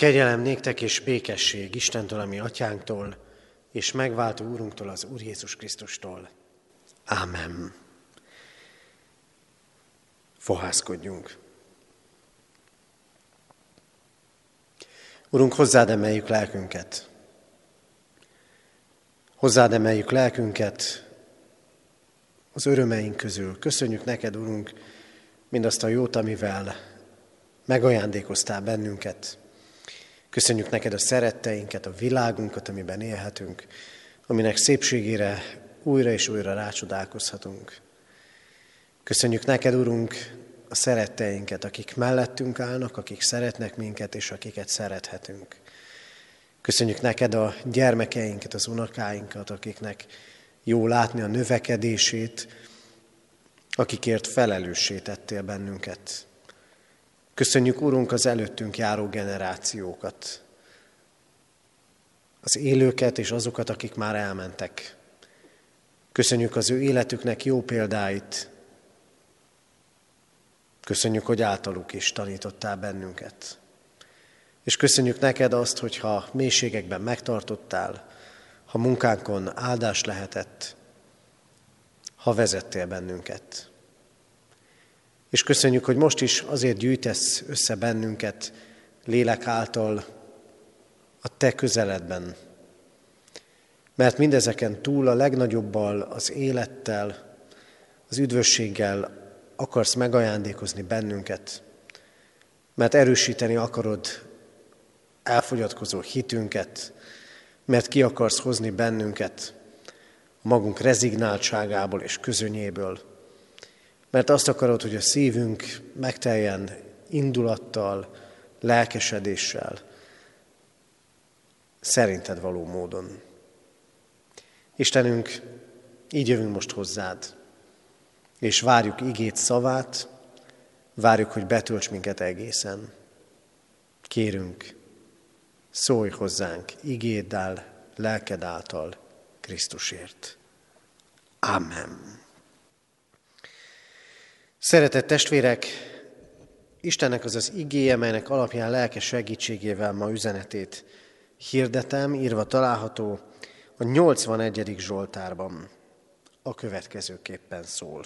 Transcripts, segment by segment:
Kegyelem néktek és békesség Istentől, a mi atyánktól, és megváltó Úrunktól, az Úr Jézus Krisztustól. Ámen. Fohászkodjunk. Urunk, hozzád emeljük lelkünket. Hozzád emeljük lelkünket az örömeink közül. Köszönjük neked, Urunk, mindazt a jót, amivel megajándékoztál bennünket. Köszönjük neked a szeretteinket, a világunkat, amiben élhetünk, aminek szépségére újra és újra rácsodálkozhatunk. Köszönjük neked, Urunk, a szeretteinket, akik mellettünk állnak, akik szeretnek minket, és akiket szerethetünk. Köszönjük neked a gyermekeinket, az unokáinkat, akiknek jó látni a növekedését, akikért felelőssé tettél bennünket. Köszönjük, Urunk, az előttünk járó generációkat, az élőket és azokat, akik már elmentek. Köszönjük az ő életüknek jó példáit. Köszönjük, hogy általuk is tanítottál bennünket. És köszönjük neked azt, hogyha mélységekben megtartottál, ha munkánkon áldás lehetett, ha vezettél bennünket. És köszönjük, hogy most is azért gyűjtesz össze bennünket lélek által a te közeledben. Mert mindezeken túl a legnagyobbal, az élettel, az üdvösséggel akarsz megajándékozni bennünket, mert erősíteni akarod elfogyatkozó hitünket, mert ki akarsz hozni bennünket a magunk rezignáltságából és közönyéből, mert azt akarod, hogy a szívünk megteljen indulattal, lelkesedéssel, szerinted való módon. Istenünk, így jövünk most hozzád, és várjuk igéd szavát, várjuk, hogy betölts minket egészen. Kérünk, szólj hozzánk igéddel, lelked által, Krisztusért. Amen. Szeretett testvérek, Istennek az az igéje, melynek alapján lelke segítségével ma üzenetét hirdetem, írva található a 81. Zsoltárban. A következőképpen szól.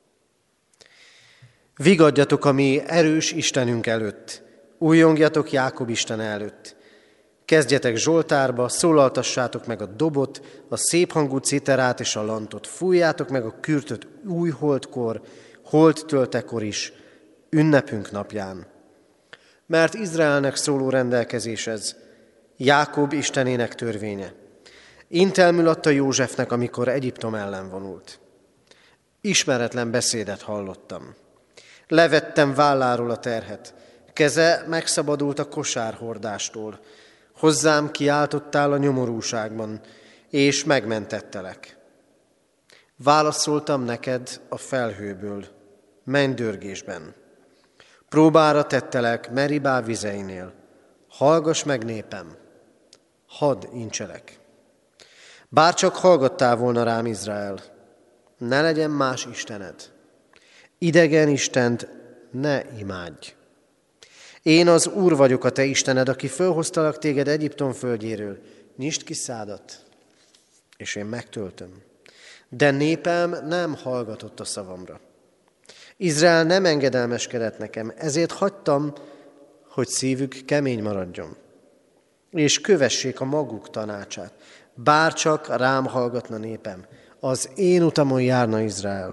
Vigadjatok a mi erős Istenünk előtt, újjongjatok Jákob Isten előtt. Kezdjetek zsoltárba, szólaltassátok meg a dobot, a széphangú citerát és a lantot, fújjátok meg a kürtöt új holdkor, holdtöltekor is, ünnepünk napján. Mert Izraelnek szóló rendelkezés ez, Jákob Istenének törvénye. Intelmül adta Józsefnek, amikor Egyiptom ellen vonult. Ismeretlen beszédet hallottam. Levettem válláról a terhet, keze megszabadult a kosárhordástól. Hozzám kiáltottál a nyomorúságban, és megmentettelek. Válaszoltam neked a felhőből, mennydörgésben. Próbára tettelek Meribá vizeinél. Hallgass meg, népem, hadd incselek. Bárcsak hallgattál volna rám, Izrael, ne legyen más istened. Idegen istent ne imádj. Én az Úr vagyok, a te Istened, aki fölhoztalak téged Egyiptom földjéről. Nyisd ki szádat, és én megtöltöm. De népem nem hallgatott a szavamra. Izrael nem engedelmeskedett nekem, ezért hagytam, hogy szívük kemény maradjon, és kövessék a maguk tanácsát. Bárcsak rám hallgatna népem, az én utamon járna Izrael.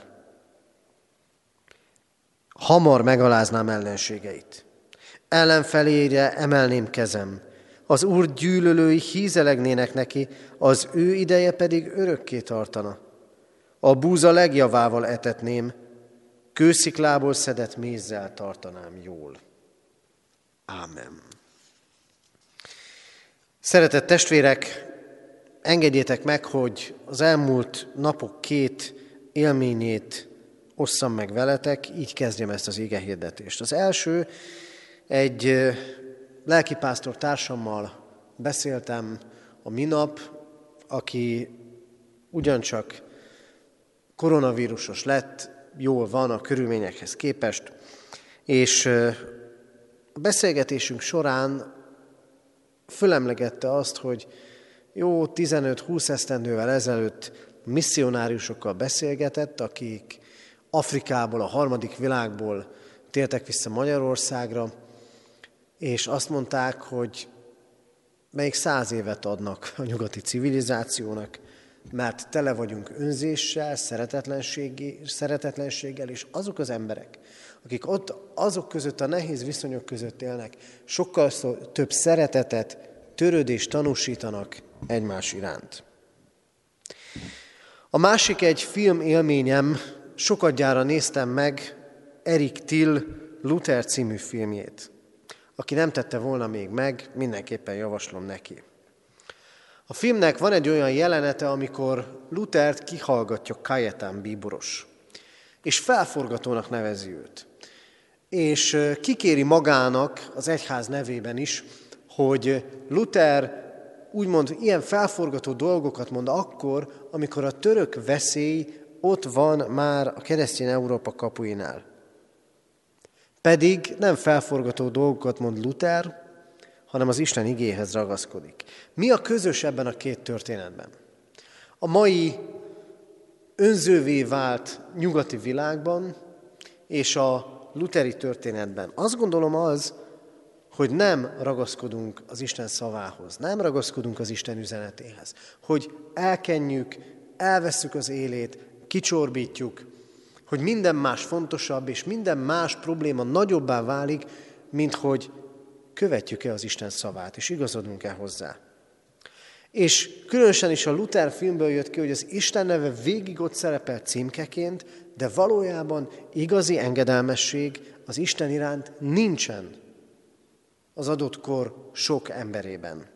Hamar megaláznám ellenségeit. Ellenfelére emelném kezem. Az Úr gyűlölői hízelegnének neki, az ő ideje pedig örökké tartana. A búza legjavával etetném, kősziklából szedett mézzel tartanám jól. Ámen. Szeretett testvérek, engedjétek meg, hogy az elmúlt napok 2 élményét osszam meg veletek, így kezdjem ezt az igehirdetést. Az első, egy lelkipásztor társammal beszéltem a minap, aki ugyancsak koronavírusos lett, jól van a körülményekhez képest, és a beszélgetésünk során fölemlegette azt, hogy jó 15-20 esztendővel ezelőtt misszionáriusokkal beszélgetett, akik Afrikából, a harmadik világból tértek vissza Magyarországra, és azt mondták, hogy melyik 100 évet adnak a nyugati civilizációnak, mert tele vagyunk önzéssel, szeretetlenséggel, és azok az emberek, akik ott azok között, a nehéz viszonyok között élnek, sokkal több szeretetet, törődést tanúsítanak egymás iránt. A másik egy film élményem, sokadjára néztem meg Erik Till Luther című filmjét. Aki nem tette volna még meg, mindenképpen javaslom neki. A filmnek van egy olyan jelenete, amikor Luthert kihallgatja Cajetan bíboros, és felforgatónak nevezi őt. És kikéri magának az egyház nevében is, hogy Luther úgymond ilyen felforgató dolgokat mond akkor, amikor a török veszély ott van már a keresztény Európa kapuinál. Pedig nem felforgató dolgokat mond Luther, hanem az Isten igéhez ragaszkodik. Mi a közös ebben a két történetben? A mai önzővé vált nyugati világban és a lutheri történetben. Azt gondolom az, hogy nem ragaszkodunk az Isten szavához, nem ragaszkodunk az Isten üzenetéhez, hogy elkenjük, elvesszük az élét, kicsorbítjuk, hogy minden más fontosabb, és minden más probléma nagyobbá válik, mint hogy követjük-e az Isten szavát, és igazodunk-e hozzá. És különösen is a Luther filmből jött ki, hogy az Isten neve végig ott szerepel címkeként, de valójában igazi engedelmesség az Isten iránt nincsen az adott kor sok emberében.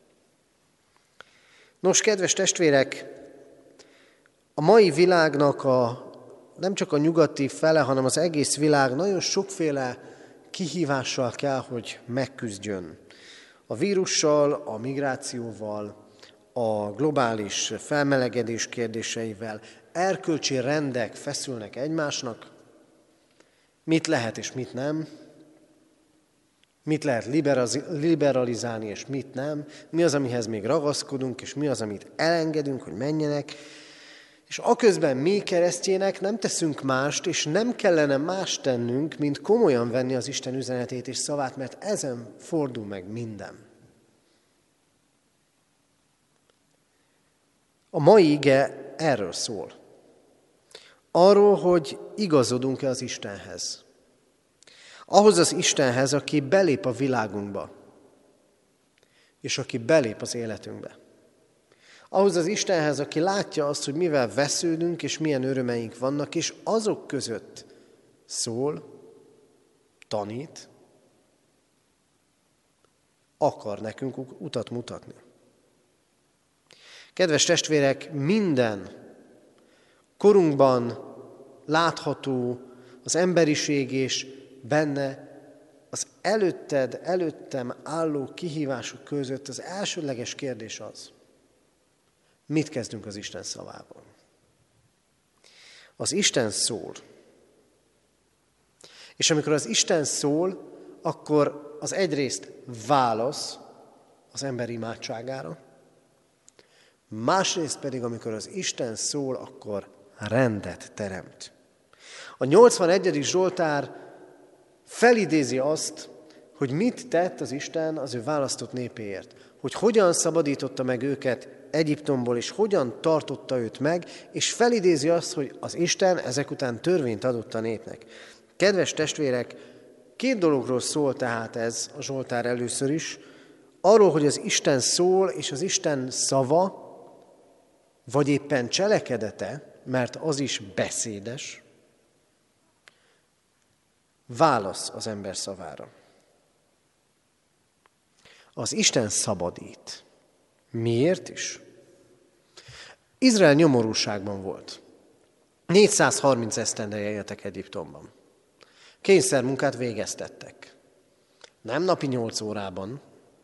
Nos, kedves testvérek, a mai világnak nem csak a nyugati fele, hanem az egész világ nagyon sokféle kihívással kell, hogy megküzdjön. A vírussal, a migrációval, a globális felmelegedés kérdéseivel, erkölcsi rendek feszülnek egymásnak, mit lehet és mit nem, mit lehet liberalizálni és mit nem, mi az, amihez még ragaszkodunk, és mi az, amit elengedünk, hogy menjenek. És aközben mi keresztjének nem teszünk mást, és nem kellene más tennünk, mint komolyan venni az Isten üzenetét és szavát, mert ezen fordul meg minden. A mai ige erről szól. Arról, hogy igazodunk-e az Istenhez. Ahhoz az Istenhez, aki belép a világunkba, és aki belép az életünkbe. Ahhoz az Istenhez, aki látja azt, hogy mivel vesződünk, és milyen örömeink vannak, és azok között szól, tanít, akar nekünk utat mutatni. Kedves testvérek, minden korunkban látható az emberiség és benne az előttem álló kihívások között az elsődleges kérdés az, mit kezdünk az Isten szavával? Az Isten szól. És amikor az Isten szól, akkor az egyrészt válasz az ember imádságára, másrészt pedig, amikor az Isten szól, akkor rendet teremt. A 81. Zsoltár felidézi azt, hogy mit tett az Isten az ő választott népéért, hogy hogyan szabadította meg őket Egyiptomból, és hogyan tartotta őt meg, és felidézi azt, hogy az Isten ezek után törvényt adott a népnek. Kedves testvérek, két dologról szól tehát ez a Zsoltár először is, arról, hogy az Isten szól, és az Isten szava, vagy éppen cselekedete, mert az is beszédes, válasz az ember szavára. Az Isten szabadít. Miért is? Izrael nyomorúságban volt. 430 esztendeje éltek Egyiptomban. Kényszermunkát végeztettek. Nem napi 8 órában,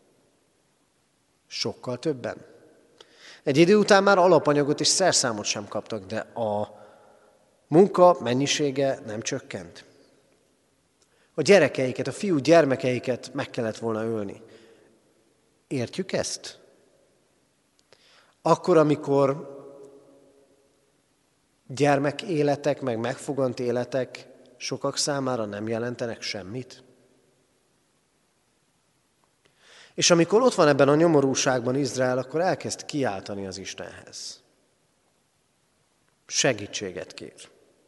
sokkal többen. Egy idő után már alapanyagot és szerszámot sem kaptak, de a munka mennyisége nem csökkent. A gyerekeiket, a fiú gyermekeiket meg kellett volna ölni. Értjük ezt? Akkor, amikor gyermekéletek, meg megfogant életek sokak számára nem jelentenek semmit. És amikor ott van ebben a nyomorúságban Izrael, akkor elkezd kiáltani az Istenhez. Segítséget kér.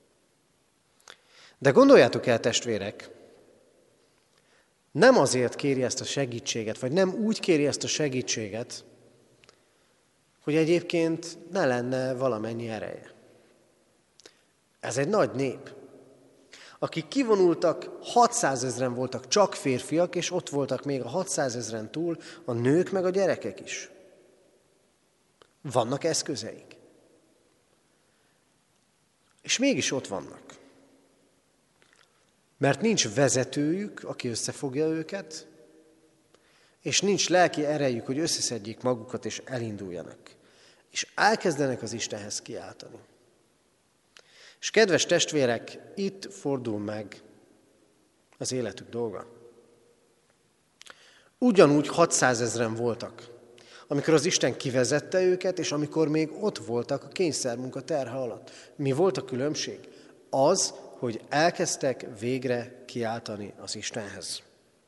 De gondoljátok el, testvérek, nem azért kéri ezt a segítséget, vagy nem úgy kéri ezt a segítséget, hogy egyébként ne lenne valamennyi ereje. Ez egy nagy nép. Akik kivonultak, 600 000 voltak csak férfiak, és ott voltak még a 600 000 túl a nők meg a gyerekek is. Vannak eszközeik. És mégis ott vannak. Mert nincs vezetőjük, aki összefogja őket, és nincs lelki erejük, hogy összeszedjék magukat és elinduljanak. És elkezdenek az Istenhez kiáltani. És kedves testvérek, itt fordul meg az életük dolga. Ugyanúgy 600 000 voltak, amikor az Isten kivezette őket, és amikor még ott voltak a kényszermunka terhe alatt. Mi volt a különbség? Az, hogy elkezdtek végre kiáltani az Istenhez.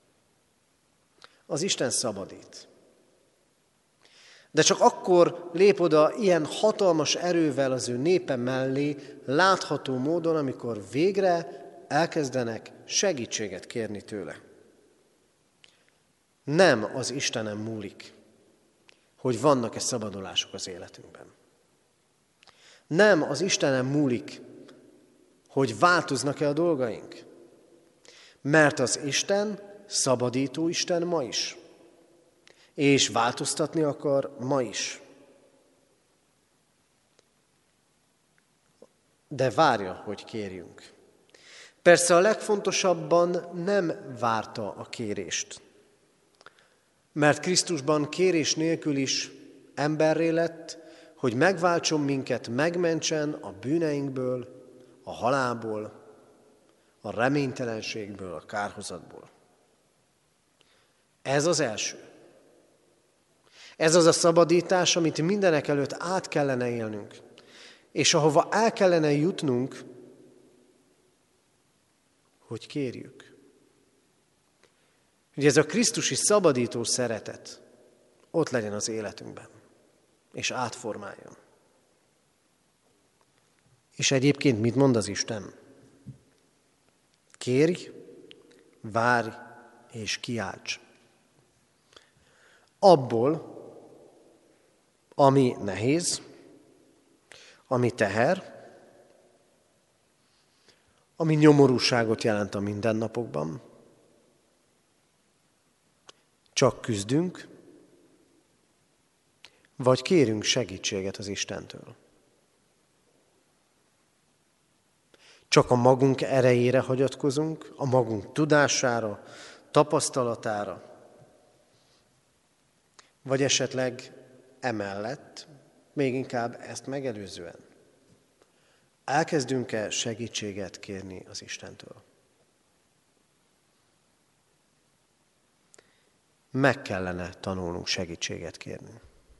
Az Isten szabadít. De csak akkor lép oda ilyen hatalmas erővel az ő népe mellé, látható módon, amikor végre elkezdenek segítséget kérni tőle. Nem az Istenem múlik, hogy vannak-e szabadulások az életünkben. Nem az Istenem múlik, hogy változnak-e a dolgaink. Mert az Isten szabadító Isten ma is. És változtatni akar ma is. De várja, hogy kérjünk. Persze a legfontosabban nem várta a kérést. Mert Krisztusban kérés nélkül is emberré lett, hogy megváltson minket, megmentsen a bűneinkből, a halálból, a reménytelenségből, a kárhozatból. Ez az első. Ez az a szabadítás, amit mindenek előtt át kellene élnünk, és ahova el kellene jutnunk, hogy kérjük. Hogy ez a krisztusi szabadító szeretet ott legyen az életünkben, és átformáljon. És egyébként mit mond az Isten? Kérj, várj és kiálts. Abból, ami nehéz, ami teher, ami nyomorúságot jelent a mindennapokban, csak küzdünk, vagy kérünk segítséget az Istentől. Csak a magunk erejére hagyatkozunk, a magunk tudására, tapasztalatára, vagy esetleg emellett, még inkább ezt megelőzően, elkezdünk-e segítséget kérni az Istentől? Meg kellene tanulnunk segítséget kérni.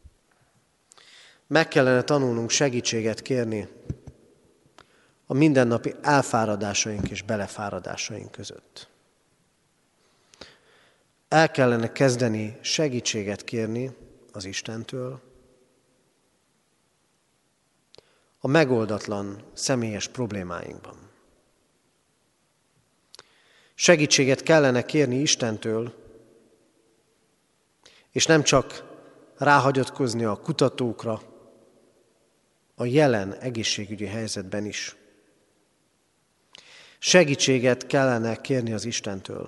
Meg kellene tanulnunk segítséget kérni a mindennapi elfáradásaink és belefáradásaink között. El kellene kezdeni segítséget kérni az Istentől a megoldatlan személyes problémáinkban. Segítséget kellene kérni Istentől, és nem csak ráhagyatkozni a kutatókra, a jelen egészségügyi helyzetben is. Segítséget kellene kérni az Istentől.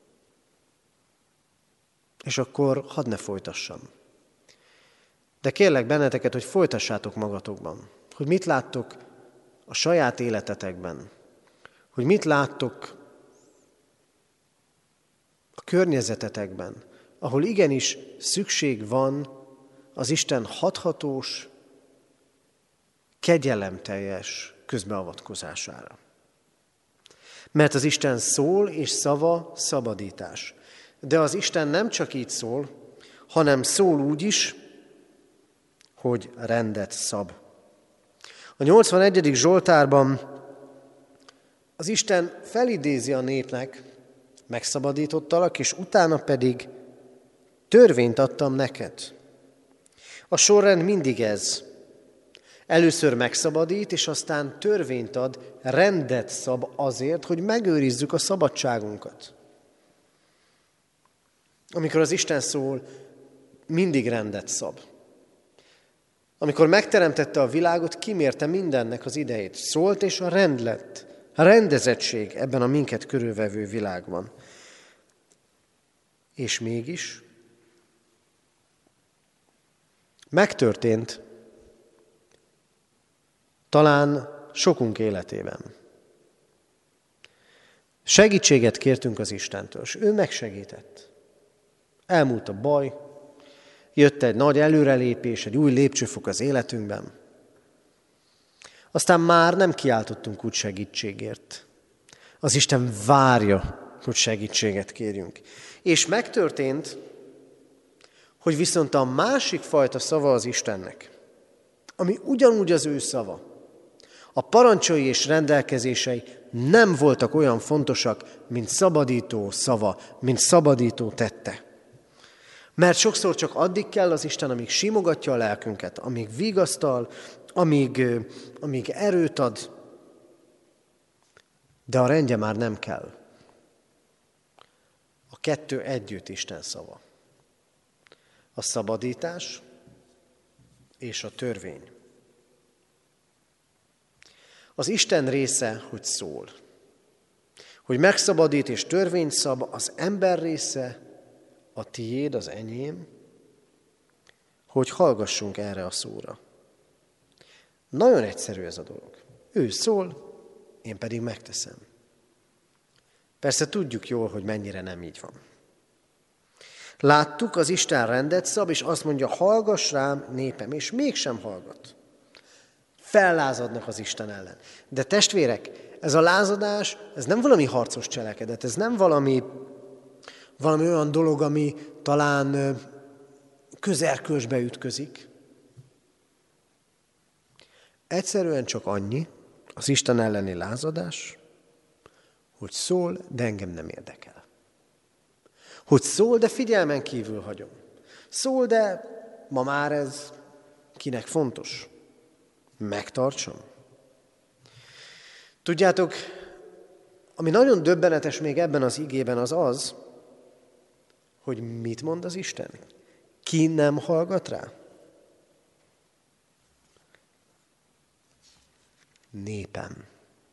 És akkor hadd ne folytassam. De kérlek benneteket, hogy folytassátok magatokban. Hogy mit láttok a saját életetekben. Hogy mit láttok a környezetetekben, ahol igenis szükség van az Isten hathatós, kegyelemteljes közbeavatkozására. Mert az Isten szól, és szava szabadítás. De az Isten nem csak így szól, hanem szól úgy is, hogy rendet szab. A 81. Zsoltárban az Isten felidézi a népnek, megszabadítottalak, és utána pedig törvényt adtam neked. A sorrend mindig ez. Először megszabadít, és aztán törvényt ad, rendet szab azért, hogy megőrizzük a szabadságunkat. Amikor az Isten szól, mindig rendet szab. Amikor megteremtette a világot, kimérte mindennek az idejét. Szólt, és a rend lett. A rendezettség ebben a minket körülvevő világban. És mégis megtörtént talán sokunk életében. Segítséget kértünk az Istentől, és ő megsegített. Elmúlt a baj, jött egy nagy előrelépés, egy új lépcsőfok az életünkben. Aztán már nem kiáltottunk úgy segítségért. Az Isten várja, hogy segítséget kérjünk. És megtörtént, hogy viszont a másik fajta szava az Istennek, ami ugyanúgy az ő szava, a parancsai és rendelkezései nem voltak olyan fontosak, mint szabadító szava, mint szabadító tette. Mert sokszor csak addig kell az Isten, amíg simogatja a lelkünket, amíg vigasztal, amíg erőt ad, de a rendje már nem kell. A kettő együtt Isten szava. A szabadítás és a törvény. Az Isten része, hogy szól. Hogy megszabadít és törvényt szab, az ember része, a tiéd, az enyém, hogy hallgassunk erre a szóra. Nagyon egyszerű ez a dolog. Ő szól, én pedig megteszem. Persze tudjuk jól, hogy mennyire nem így van. Láttuk, az Isten rendet szab, és azt mondja, hallgass rám, népem, és mégsem hallgat. Fellázadnak az Isten ellen. De testvérek, ez a lázadás, ez nem valami harcos cselekedet, ez nem valami olyan dolog, ami talán közerkölcsbe ütközik. Egyszerűen csak annyi, az Isten elleni lázadás, hogy szól, de engem nem érdekel. Hogy szól, de figyelmen kívül hagyom. Szól, de ma már ez kinek fontos? Megtartsam. Tudjátok, ami nagyon döbbenetes még ebben az igében az, hogy mit mond az Isten? Ki nem hallgat rá? Népem.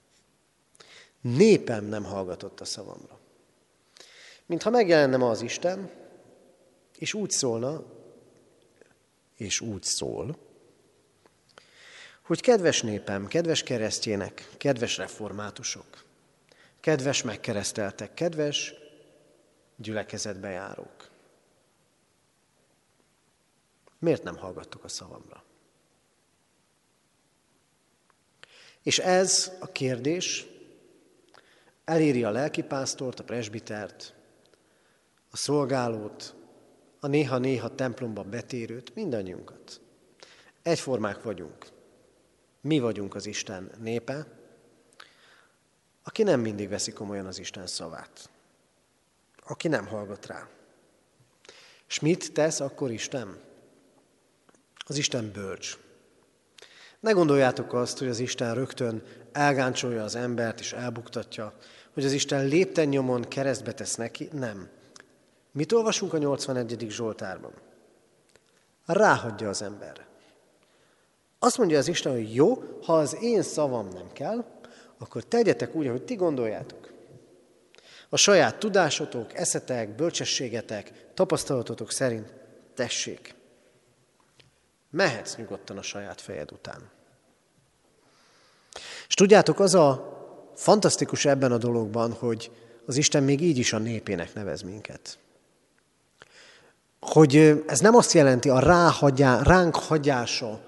Népem nem hallgatott a szavamra. Mintha megjelenne ma az Isten, és úgy szólna, és úgy szól, hogy kedves népem, kedves keresztjének, kedves reformátusok, kedves megkereszteltek, kedves gyülekezetbe járók. Miért nem hallgattok a szavamra? És ez a kérdés eléri a lelkipásztort, a presbitert, a szolgálót, a néha-néha templomba betérőt, mindannyiunkat. Egyformák vagyunk. Mi vagyunk az Isten népe, aki nem mindig veszi komolyan az Isten szavát. Aki nem hallgat rá. És mit tesz akkor Isten? Az Isten bölcs. Ne gondoljátok azt, hogy az Isten rögtön elgáncsolja az embert és elbuktatja, hogy az Isten lépten nyomon keresztbe tesz neki. Nem. Mit olvasunk a 81. Zsoltárban? Ráhagyja az emberre. Azt mondja az Isten, hogy jó, ha az én szavam nem kell, akkor tegyetek úgy, ahogy ti gondoljátok. A saját tudásotok, eszetek, bölcsességetek, tapasztalatotok szerint tessék. Mehetsz nyugodtan a saját fejed után. És tudjátok, az a fantasztikus ebben a dologban, hogy az Isten még így is a népének nevez minket. Hogy ez nem azt jelenti a ránk hagyása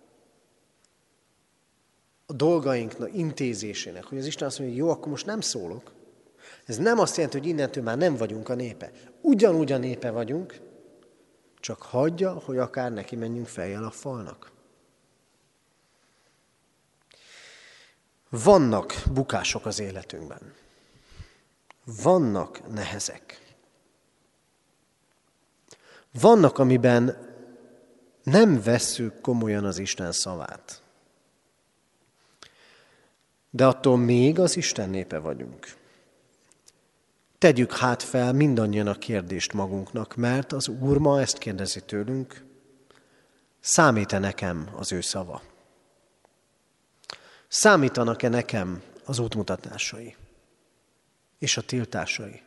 a dolgaink intézésének, hogy az Isten azt mondja, hogy jó, akkor most nem szólok. Ez nem azt jelenti, hogy innentől már nem vagyunk a népe. Ugyanúgy a népe vagyunk, Csak hagyja, hogy akár neki menjünk fejjel a falnak. Vannak bukások az életünkben. Vannak nehezek. Vannak, amiben nem vesszük komolyan az Isten szavát. De attól még az Isten népe vagyunk. Tegyük hát fel mindannyian a kérdést magunknak, mert az Úr ma ezt kérdezi tőlünk, számít-e nekem az ő szava? Számítanak-e nekem az útmutatásai és a tiltásai?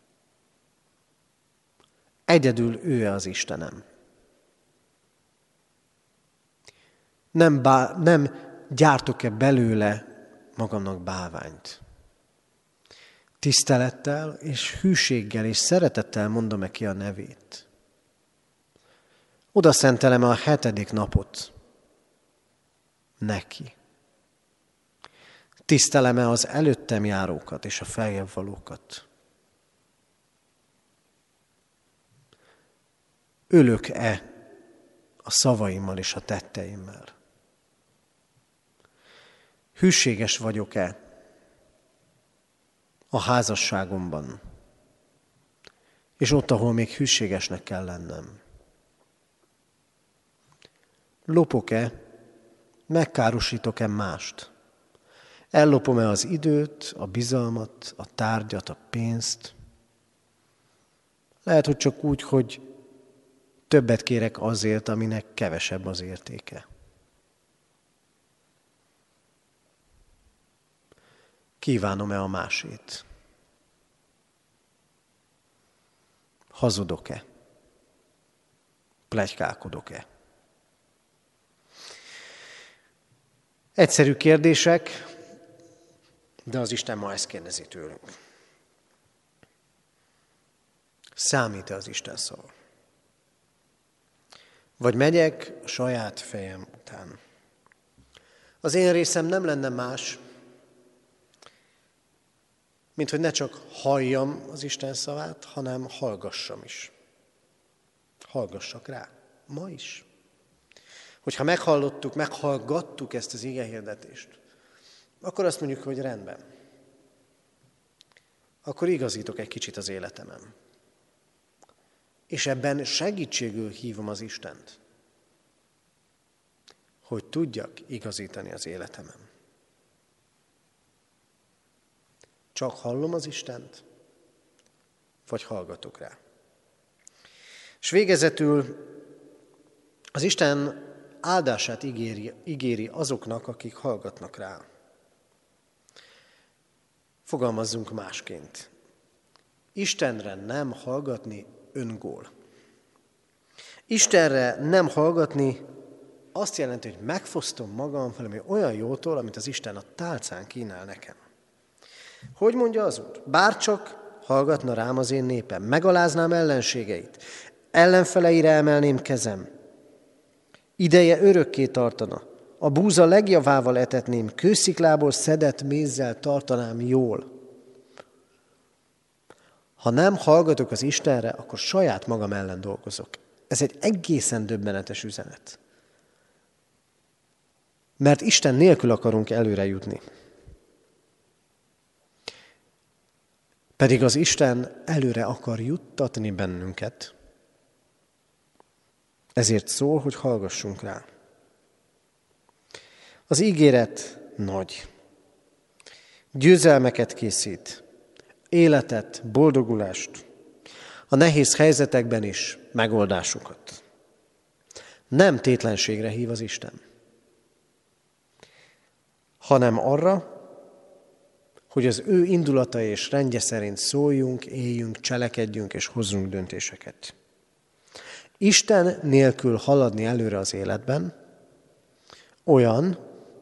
Egyedül ő az Istenem. Nem gyártok-e belőle magamnak bálványt? Tisztelettel és hűséggel és szeretettel mondom-e ki a nevét? Oda szentelem a 7. napot neki. Tisztelem-e az előttem járókat és a feljebb valókat? Ölök-e a szavaimmal és a tetteimmel? Hűséges vagyok-e a házasságomban, és ott, ahol még hűségesnek kell lennem? Lopok-e, megkárosítok-e mást? Ellopom-e az időt, a bizalmat, a tárgyat, a pénzt? Lehet, hogy csak úgy, hogy többet kérek azért, aminek kevesebb az értéke. Kívánom-e a másét? Hazudok-e? Pletykálkodok-e? Egyszerű kérdések, de az Isten ma ezt kérdezi tőlünk. Számít-e az Isten szava? Vagy megyek a saját fejem után? Az én részem nem lenne más, mint hogy ne csak halljam az Isten szavát, hanem hallgassam is. Hallgassak rá. Ma is. Hogyha meghallgattuk ezt az igehirdetést, akkor azt mondjuk, hogy rendben. Akkor igazítok egy kicsit az életemen. És ebben segítségül hívom az Istent, hogy tudjak igazítani az életemen. Csak hallom az Istent, vagy hallgatok rá. És végezetül az Isten áldását ígéri azoknak, akik hallgatnak rá. Fogalmazzunk másként. Istenre nem hallgatni öngól. Istenre nem hallgatni azt jelenti, hogy megfosztom magam valami olyan jótól, amit az Isten a tálcán kínál nekem. Hogy mondja az Úr? Bárcsak hallgatna rám az én népem, megaláznám ellenségeit, ellenfeleire emelném kezem. Ideje örökké tartana, a búza legjavával etetném, kősziklából szedett mézzel tartanám jól. Ha nem hallgatok az Istenre, akkor saját magam ellen dolgozok. Ez egy egészen döbbenetes üzenet. Mert Isten nélkül akarunk előre jutni. Pedig az Isten előre akar juttatni bennünket. Ezért szól, hogy hallgassunk rá. Az ígéret nagy. Győzelmeket készít. Életet, boldogulást. A nehéz helyzetekben is megoldásokat. Nem tétlenségre hív az Isten, hanem arra, hogy az ő indulata és rendje szerint szóljunk, éljünk, cselekedjünk és hozzunk döntéseket. Isten nélkül haladni előre az életben olyan,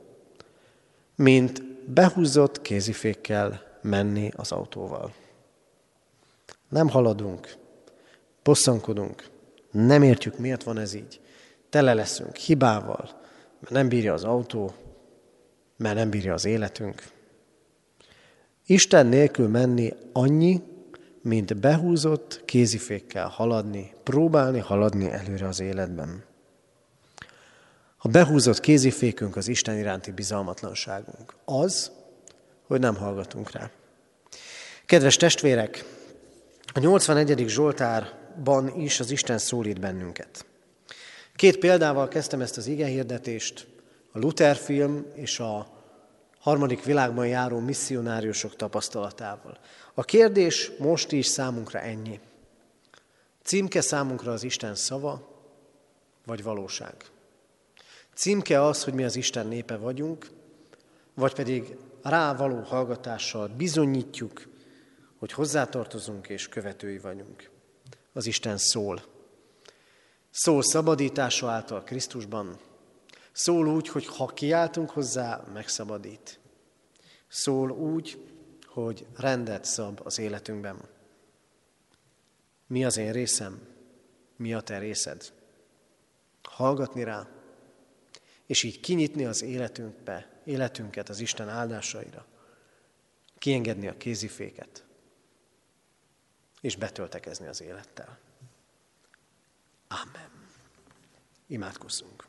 mint behúzott kézifékkel menni az autóval. Nem haladunk, bosszankodunk, nem értjük, miért van ez így. Tele leszünk hibával, mert nem bírja az autó, mert nem bírja az életünk. Isten nélkül menni annyi, mint behúzott kézifékkel haladni, próbálni haladni előre az életben. A behúzott kézifékünk az Isten iránti bizalmatlanságunk. Az, hogy nem hallgatunk rá. Kedves testvérek, a 81. Zsoltárban is az Isten szólít bennünket. 2 példával kezdtem ezt az igehirdetést, a Luther film és a harmadik világban járó misszionáriusok tapasztalatával. A kérdés most is számunkra ennyi. Címke számunkra az Isten szava, vagy valóság? Címke az, hogy mi az Isten népe vagyunk, vagy pedig rá való hallgatással bizonyítjuk, hogy hozzátartozunk és követői vagyunk. Az Isten szól. Szól szabadítása által Krisztusban. Szól úgy, hogy ha kiáltunk hozzá, megszabadít. Szól úgy, hogy rendet szab az életünkben. Mi az én részem? Mi a te részed? Hallgatni rá, és így kinyitni az életünket az Isten áldásaira. Kiengedni a kéziféket, és betöltekezni az élettel. Amen. Imádkozzunk.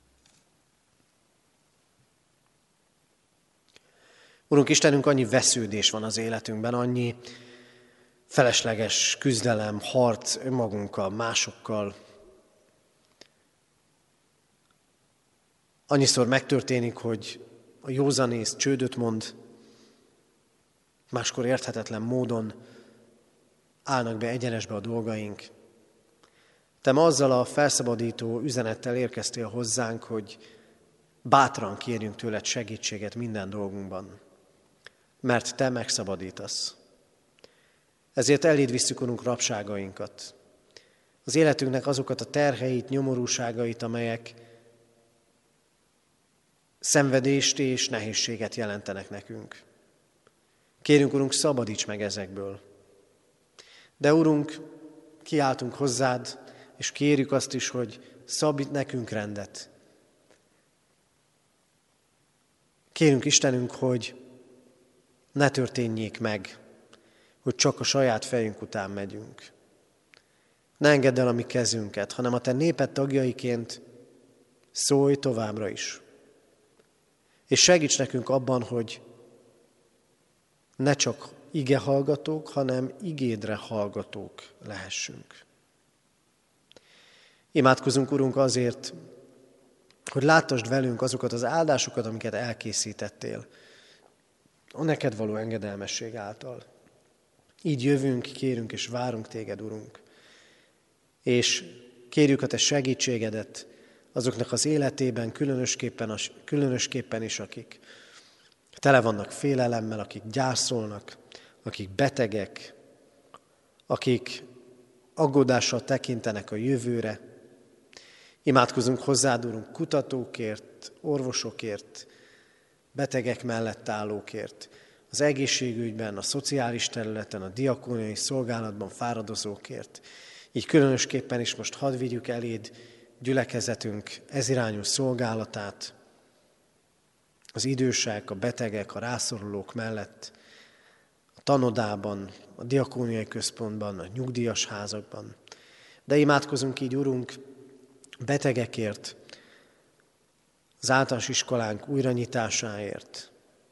Urunk Istenünk, annyi vesződés van az életünkben, annyi felesleges küzdelem, harc önmagunkkal, másokkal. Annyiszor megtörténik, hogy a józanész csődöt mond, máskor érthetetlen módon állnak be egyenesbe a dolgaink. Te ma azzal a felszabadító üzenettel érkeztél hozzánk, hogy bátran kérjünk tőled segítséget minden dolgunkban, mert te megszabadítasz. Ezért eléd visszük, Urunk, rabságainkat, az életünknek azokat a terheit, nyomorúságait, amelyek szenvedést és nehézséget jelentenek nekünk. Kérünk, Urunk, szabadíts meg ezekből. De, Urunk, kiáltunk hozzád, és kérjük azt is, hogy szabít nekünk rendet. Kérünk, Istenünk, hogy ne történjék meg, hogy csak a saját fejünk után megyünk. Ne engedd el a mi kezünket, hanem a te néped tagjaiként szólj továbbra is. És segíts nekünk abban, hogy ne csak ige hallgatók, hanem igédre hallgatók lehessünk. Imádkozunk, Urunk, azért, hogy láttasd velünk azokat az áldásokat, amiket elkészítettél, a neked való engedelmesség által. Így jövünk, kérünk és várunk téged, Urunk. És kérjük a te segítségedet azoknak az életében, különösképpen is, akik tele vannak félelemmel, akik gyászolnak, akik betegek, akik aggódással tekintenek a jövőre. Imádkozunk hozzád, Urunk, kutatókért, orvosokért, betegek mellett állókért, az egészségügyben, a szociális területen, a diakóniai szolgálatban fáradozókért. Így különösképpen is most hadd vigyük eléd gyülekezetünk ezirányú szolgálatát, az idősek, a betegek, a rászorulók mellett, a tanodában, a diakóniai központban, a nyugdíjas házakban. De imádkozunk így, Urunk, betegekért, az általános iskolánk újranyitásáért.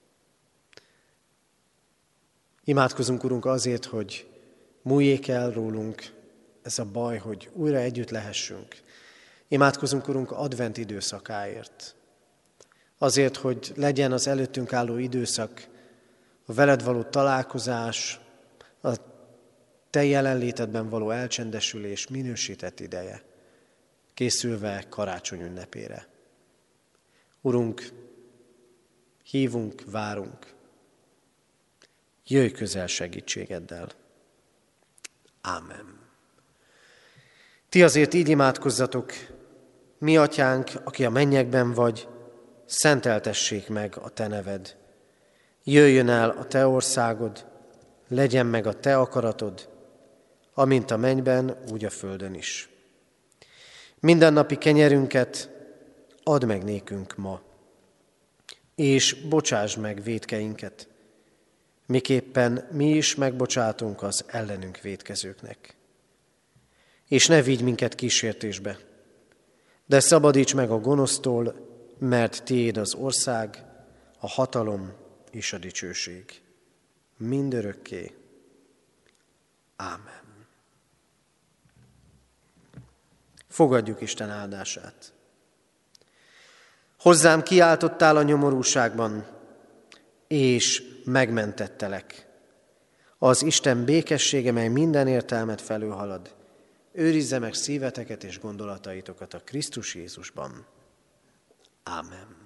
Imádkozunk, Urunk, azért, hogy múljék el rólunk ez a baj, hogy újra együtt lehessünk. Imádkozunk, Urunk, advent időszakáért. Azért, hogy legyen az előttünk álló időszak, a veled való találkozás, a te jelenlétedben való elcsendesülés minősített ideje, készülve karácsony ünnepére. Urunk, hívunk, várunk, jöjj közel segítségeddel. Ámen. Ti azért így imádkozzatok: mi atyánk, aki a mennyekben vagy, szenteltessék meg a te neved. Jöjjön el a te országod, legyen meg a te akaratod, amint a mennyben, úgy a földön is. Mindennapi kenyerünket add meg nékünk ma, és bocsásd meg vétkeinket, miképpen mi is megbocsátunk az ellenünk vétkezőknek. És ne vigy minket kísértésbe, de szabadíts meg a gonosztól, mert tiéd az ország, a hatalom és a dicsőség. Mindörökké. Ámen. Fogadjuk Isten áldását. Hozzám kiáltottál a nyomorúságban, és megmentettelek. Az Isten békessége, mely minden értelmet felülhalad, őrizze meg szíveteket és gondolataitokat a Krisztus Jézusban. Ámen.